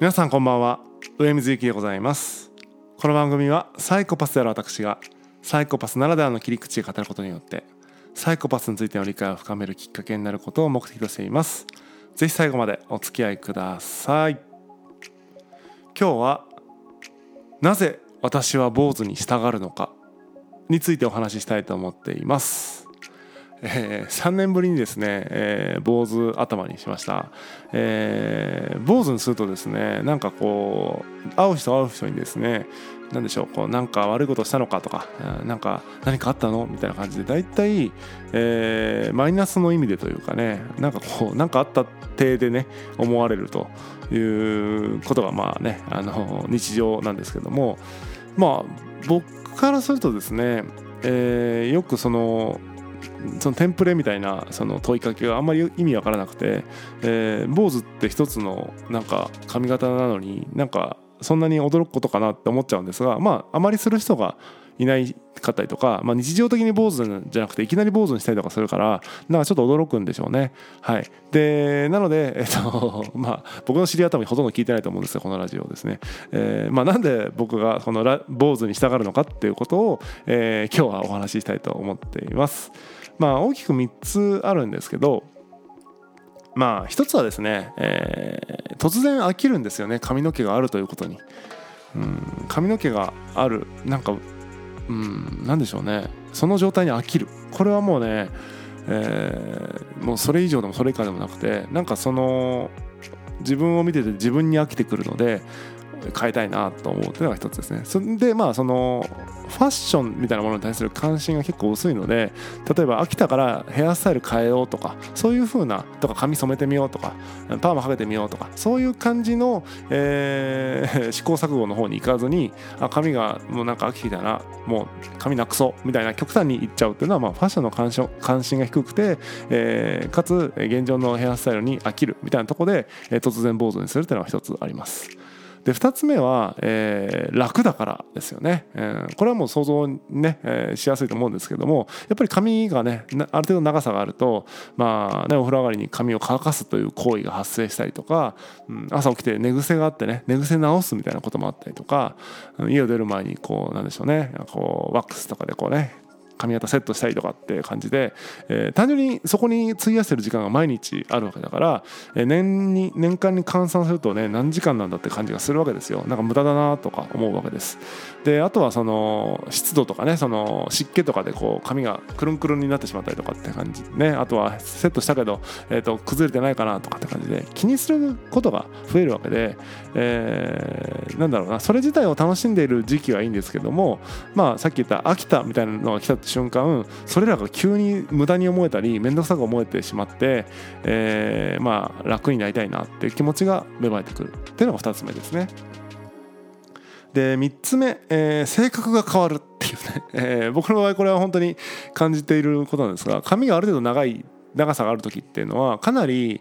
皆さんこんばんは、上水幸でございます。この番組はサイコパスである私がサイコパスならではの切り口で語ることによってサイコパスについての理解を深めるきっかけになることを目的としています。ぜひ最後までお付き合いください。今日はなぜ私は坊主に従うのかについてお話ししたいと思っています。3年ぶりにですね、坊主頭にしました。坊主にするとですね、なんかこう会う人にですね、なんでしょう、こうなんか悪いことしたのかとか、なんか何かあったのみたいな感じでだいたいマイナスの意味でというかね、なんかこうなんかあった体でね思われるということがまあね日常なんですけども、まあ僕からするとですね、よくそのテンプレみたいなその問いかけがあんまり意味わからなくて、坊主って一つのなんか髪型なのになんかそんなに驚くことかなって思っちゃうんですが、まああまりする人がいないかったりとか、日常的に坊主じゃなくていきなり坊主にしたりとかするからなんかちょっと驚くんでしょうね。はい。でなので僕の知り合いは多分ほとんど聞いてないと思うんですよ、このラジオですね。なんで僕がこの坊主に従うのかっていうことを、今日はお話ししたいと思っています。大きく3つあるんですけど、一つはですね、突然飽きるんですよね、髪の毛があるということに。髪の毛がある、なんでしょうね、その状態に飽きる。これはもうね、もうそれ以上でもそれ以下でもなくて、なんかその自分を見てて自分に飽きてくるので変えたいなと思うというのが一つですね。それでそのファッションみたいなものに対する関心が結構薄いので、例えば飽きたからヘアスタイル変えようとか、そういう風なとか髪染めてみようとかパーマかけてみようとか、そういう感じの、試行錯誤の方に行かずに、髪がもうなんか飽きてきたな、もう髪なくそうみたいな極端にいっちゃうっていうのは、ファッションの関心が低くて、かつ現状のヘアスタイルに飽きるみたいなところで、突然坊主にするっていうのが一つあります。で2つ目は、楽だからですよね。これはもう想像ね、しやすいと思うんですけども、やっぱり髪がねある程度長さがあると、お風呂上がりに髪を乾かすという行為が発生したりとか、朝起きて寝癖があってね、寝癖直すみたいなこともあったりとか、家を出る前にこうなんでしょうね、こうワックスとかでこうね髪型セットしたりとかっていう感じで、単純にそこに費やしてる時間が毎日あるわけだから、年間に換算するとね何時間なんだって感じがするわけですよ。なんか無駄だなとか思うわけです。であとはその湿度とかね、その湿気とかでこう髪がくるんくるんになってしまったりとかって感じね。あとはセットしたけど、崩れてないかなとかって感じで気にすることが増えるわけで、それ自体を楽しんでいる時期はいいんですけども、さっき言った飽きたみたいなのが来た瞬間、それらが急に無駄に思えたり面倒くさく思えてしまって、楽になりたいなっていう気持ちが芽生えてくるっていうのが2つ目ですね。で3つ目、性格が変わるっていうね、僕の場合これは本当に感じていることなんですが、髪がある程度長さがある時っていうのはかなり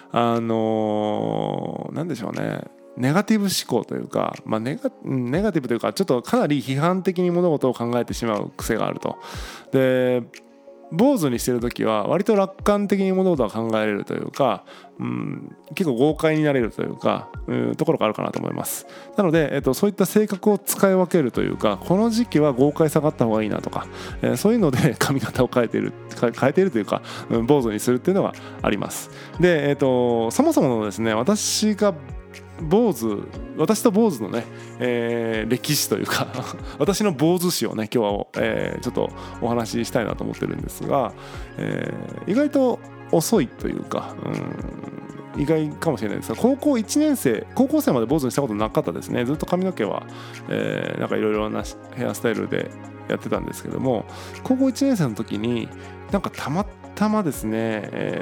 なんでしょうね、ネガティブ思考というか、ネガティブというかちょっとかなり批判的に物事を考えてしまう癖があると。で坊主にしてる時は割と楽観的に物事が考えれるというか、結構豪快になれるというか、ところがあるかなと思います。なので、そういった性格を使い分けるというか、この時期は豪快さがあった方がいいなとか、そういうので髪型を変えているというか、坊主にするっていうのがあります。で、そもそものですね、私と坊主のね、歴史というか私の坊主史をね今日は、ちょっとお話ししたいなと思ってるんですが、意外と遅いというか、意外かもしれないですが、高校生まで坊主にしたことなかったですね。ずっと髪の毛は、なんかいろいろなヘアスタイルでやってたんですけども、高校1年生の時になんかたまたまですね、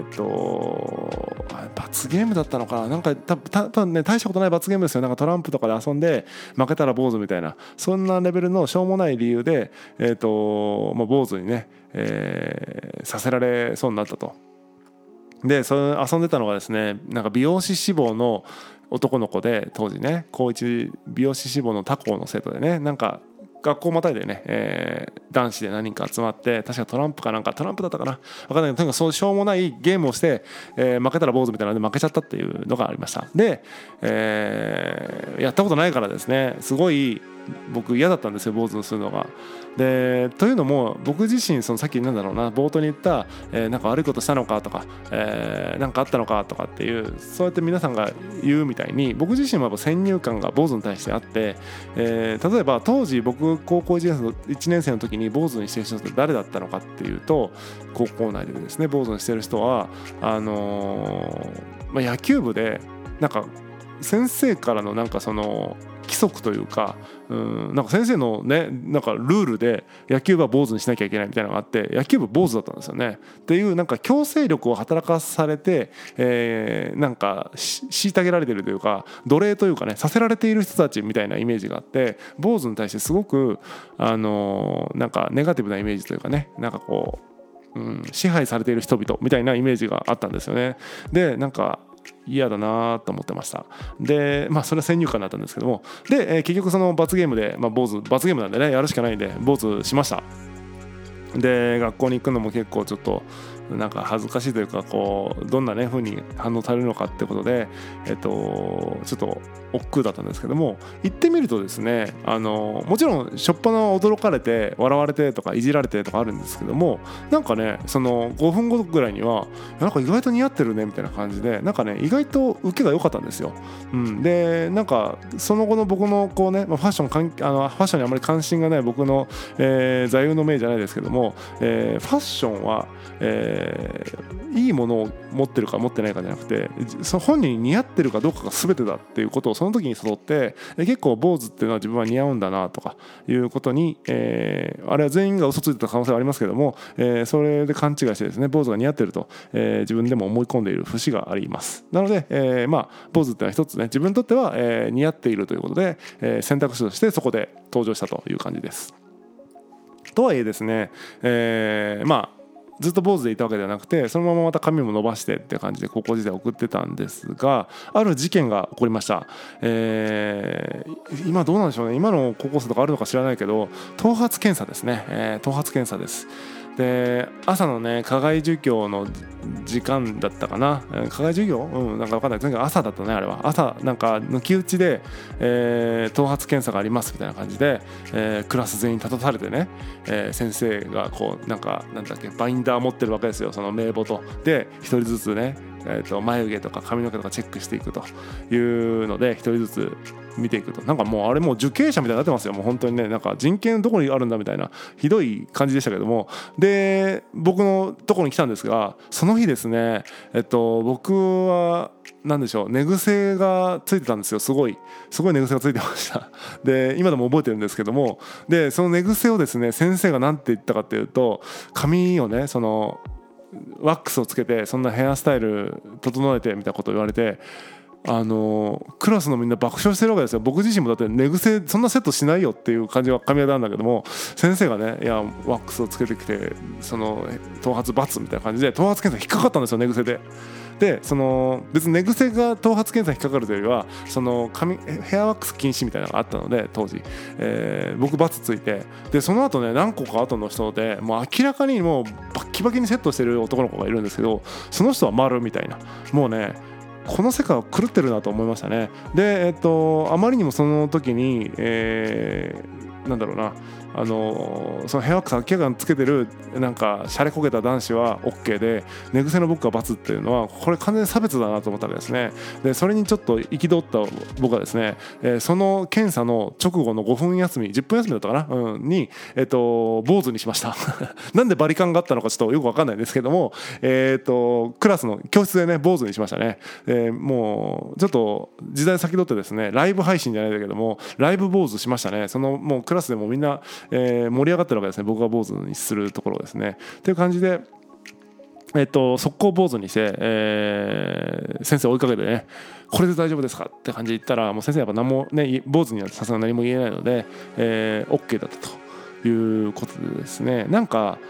罰ゲームだったのかな、なんか多分ね大したことない罰ゲームですよ。なんかトランプとかで遊んで負けたら坊主みたいな、そんなレベルのしょうもない理由で坊主にね、させられそうになったと。でそれ遊んでたのがですね、なんか美容師志望の男の子で、当時ね高1美容師志望の他校の生徒でね、なんか学校またいでね、男子で何人か集まって、確かトランプだったかな、分かんないけど、とにかくそうしょうもないゲームをして、負けたら坊主みたいなので負けちゃったっていうのがありました。で、やったことないからですね、すごい僕嫌だったんですよ、坊主にするのが。でというのも僕自身さっき冒頭に言った、なんか悪いことしたのかとか、なんかあったのかとかっていう、そうやって皆さんが言うみたいに、僕自身もやっぱ先入観が坊主に対してあって、例えば当時僕高校1年生の時に坊主にしてる人って誰だったのかっていうと、高校内でですね坊主にしてる人は野球部でなんか先生からのなんかその規則というか、なんか先生のねなんかルールで野球部は坊主にしなきゃいけないみたいなのがあって、野球部坊主だったんですよねっていう、なんか強制力を働かされて、なんか虐げられているというか、奴隷というかね、させられている人たちみたいなイメージがあって、坊主に対してすごくなんかネガティブなイメージというかね、なんかこう、支配されている人々みたいなイメージがあったんですよね。でなんか嫌だなと思ってました。でそれは先入観だったんですけども、で、結局その罰ゲームで、罰ゲームなんでねやるしかないんで坊主しました。で学校に行くのも結構ちょっとなんか恥ずかしいというか、こうどんなね風に反応されるのかってことで、ちょっと億劫だったんですけども、行ってみるとですね、もちろん初っ端驚かれて笑われてとかいじられてとかあるんですけども、なんかねその5分後ぐらいにはなんか意外と似合ってるねみたいな感じで、なんかね意外と受けが良かったんですよ。でなんかその後の僕のこうね、ファッションにあまり関心がない僕の、座右の銘じゃないですけども、ファッションは、いいものを持ってるか持ってないかじゃなくて、その本人に似合ってるかどうかが全てだっていうことをその時に悟って、結構坊主っていうのは自分は似合うんだなとかいうことに、あれは全員が嘘ついてた可能性はありますけども、それで勘違いしてですね坊主が似合ってると、自分でも思い込んでいる節があります。なので、坊主っていうのは一つね自分にとっては、似合っているということで、選択肢としてそこで登場したという感じです。とはいえですね、ずっと坊主でいたわけではなくて、そのまままた髪も伸ばしてって感じで高校時代送ってたんですが、ある事件が起こりました。今どうなんでしょうね、今の高校生とかあるのか知らないけど、頭髪検査ですね、頭髪検査です。で朝のね課外授業の時間だったかな、課外授業、なんか分かんない、とにかく朝だったね、あれは朝なんか抜き打ちで、頭髪検査がありますみたいな感じで、クラス全員立たされてね、先生がこうなんだっけバインダー持ってるわけですよ、その名簿と。で一人ずつね、眉毛とか髪の毛とかチェックしていくというので、一人ずつ見ていくと、なんかもうあれもう受刑者みたいになってますよ、もう本当にね、なんか人権どこにあるんだみたいなひどい感じでしたけども、で僕のところに来たんですが、その日ですね、僕はなんでしょう、寝癖がついてたんですよ。すごい寝癖がついてましたで今でも覚えてるんですけども、でその寝癖をですね先生が何て言ったかっていうと、髪をねそのワックスをつけてそんなヘアスタイル整えてみたいなことを言われて、クラスのみんな爆笑してるわけですよ。僕自身もだって寝癖そんなセットしないよっていう感じは髪型なんだけども、先生がねいやワックスをつけてきてその頭髪罰みたいな感じで頭髪検査引っかかったんですよ、寝癖で。でその別に寝癖が頭髪検査に引っかかるというよりは、そのヘアワックス禁止みたいなのがあったので当時、僕罰ついて、でその後ね何個か後の人でもう明らかにもうバッキバキにセットしてる男の子がいるんですけど、その人は丸みたいな、もうねこの世界は狂ってるなと思いましたね。であまりにもその時に、なんだろうな、そのヘアワックス明らかにつけてるなんかシャレこけた男子は OK で、寝癖の僕が罰っていうのはこれ完全に差別だなと思ったわけですね。でそれにちょっと憤った僕はですね、その検査の直後の5分休み10分休みだったかな、に、坊主にしましたなんでバリカンがあったのかちょっとよく分かんないんですけども、クラスの教室でね坊主にしましたね。もうちょっと時代先取ってですね、ライブ配信じゃないんだけどもライブ坊主しましたね。そのもうクラスでもみんな盛り上がってるわけですね、僕が坊主にするところですね。という感じで、速攻坊主にして、先生追いかけてね、これで大丈夫ですかって感じで言ったら、もう先生やっぱ何もね坊主にはさすがに何も言えないので、OK だったということでですね、なんか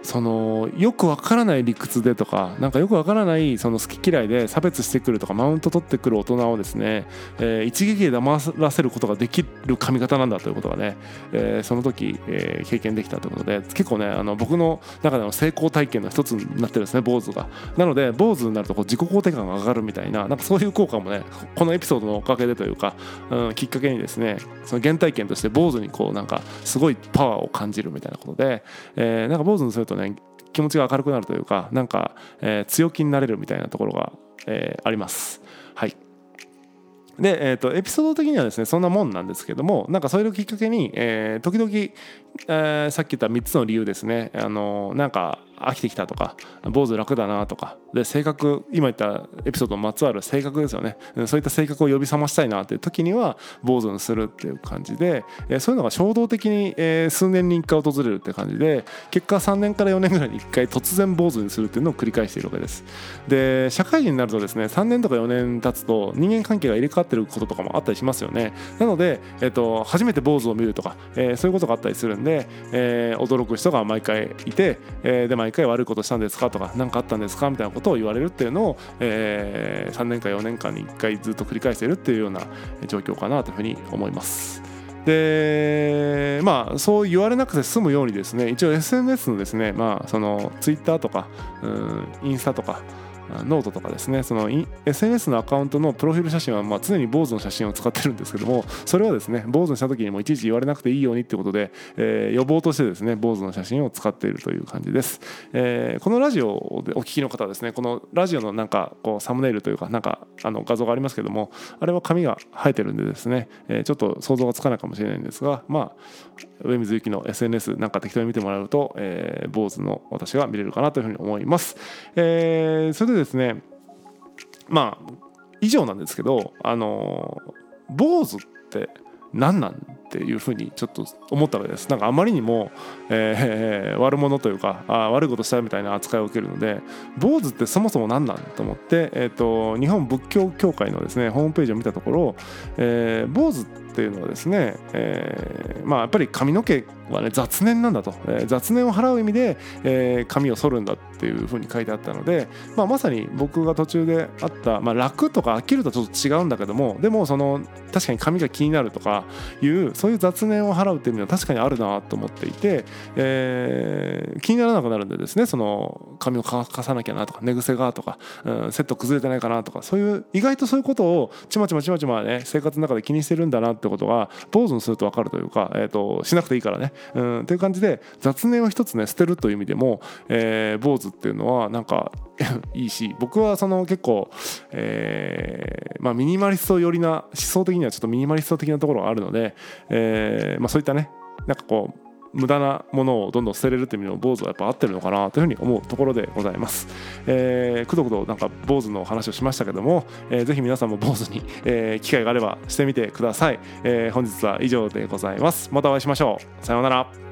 そのよくわからない理屈でとか、なんかよくわからないその好き嫌いで差別してくるとかマウント取ってくる大人をですね、一撃で騙らせることができる髪型なんだということがね、その時、経験できたということで、結構ね僕の中での成功体験の一つになってるんですね、坊主が。なので坊主になるとこう自己肯定感が上がるみたいな、なんかそういう効果もねこのエピソードのおかげでというか、きっかけにですね、その原体験として坊主にこうなんかすごいパワーを感じるみたいなことで、なんか坊主にするとね気持ちが明るくなるというか、なんか、強気になれるみたいなところが、あります。はい。で、エピソード的にはですねそんなもんなんですけども、なんかそういうきっかけに、時々、さっき言った3つの理由ですね、なんか飽きてきたとか、坊主楽だなとかで、性格、今言ったエピソードのまつわる性格ですよね、そういった性格を呼び覚ましたいなっていう時には坊主にするっていう感じで、そういうのが衝動的に、数年に1回訪れるって感じで、結果3年から4年ぐらいに1回突然坊主にするっていうのを繰り返しているわけです。で社会人になるとですね、3年とか4年経つと人間関係が入れ替わってることとかもあったりしますよね。なので、初めて坊主を見るとか、そういうことがあったりするんで、驚く人が毎回いて、で毎回悪いことしたんですかとか、何かあったんですかみたいなことを言われるっていうのを、3年か4年間に1回ずっと繰り返しているっていうような状況かなというふうに思います。でまあそう言われなくて済むようにですね、一応 SNS のですね、その Twitter とかインスタとかノートとかですね、その SNS のアカウントのプロフィール写真は常に坊主の写真を使ってるんですけども、それはですね坊主にした時にもいちいち言われなくていいようにっていうことで、予防としてですね坊主の写真を使っているという感じです。このラジオでお聞きの方はですね、このラジオのなんかこうサムネイルというかなんか画像がありますけども、あれは髪が生えてるんでですね、ちょっと想像がつかないかもしれないんですが、上水幸の SNS なんか適当に見てもらうと、坊主の私が見れるかなというふうに思います。それでですね、以上なんですけど、坊主って何なんっていうふうにちょっと思ったわけです。なんかあまりにも、悪者というか悪いことしたみたいな扱いを受けるので、坊主ってそもそも何なんと思って、日本仏教協会のですねホームページを見たところ、坊主っていうのはですね、やっぱり髪の毛はね雑念なんだと、雑念を払う意味で、髪を剃るんだっていうふうに書いてあったので、まさに僕が途中であった、楽とか飽きるとちょっと違うんだけども、でもその確かに髪が気になるとかいうそういう雑念を払うっていう意味は確かにあるなと思っていて、気にならなくなるんでですね、その髪を乾かさなきゃなとか、寝癖がとか、セット崩れてないかなとか、そういう意外とそういうことをちまちまね生活の中で気にしてるんだなってことが坊主にすると分かるというか、しなくていいからね、っていう感じで雑念を一つね捨てるという意味でも、坊主っていうのはなんかいいし、僕はその結構、ミニマリスト寄りな、思想的にはちょっとミニマリスト的なところがあるので、そういったねなんかこう無駄なものをどんどん捨てれるっていう意味の坊主はやっぱ合ってるのかなというふうに思うところでございます。くどくどなんか坊主の話をしましたけども、ぜひ皆さんも坊主に、機会があればしてみてください。本日は以上でございます。またお会いしましょう。さようなら。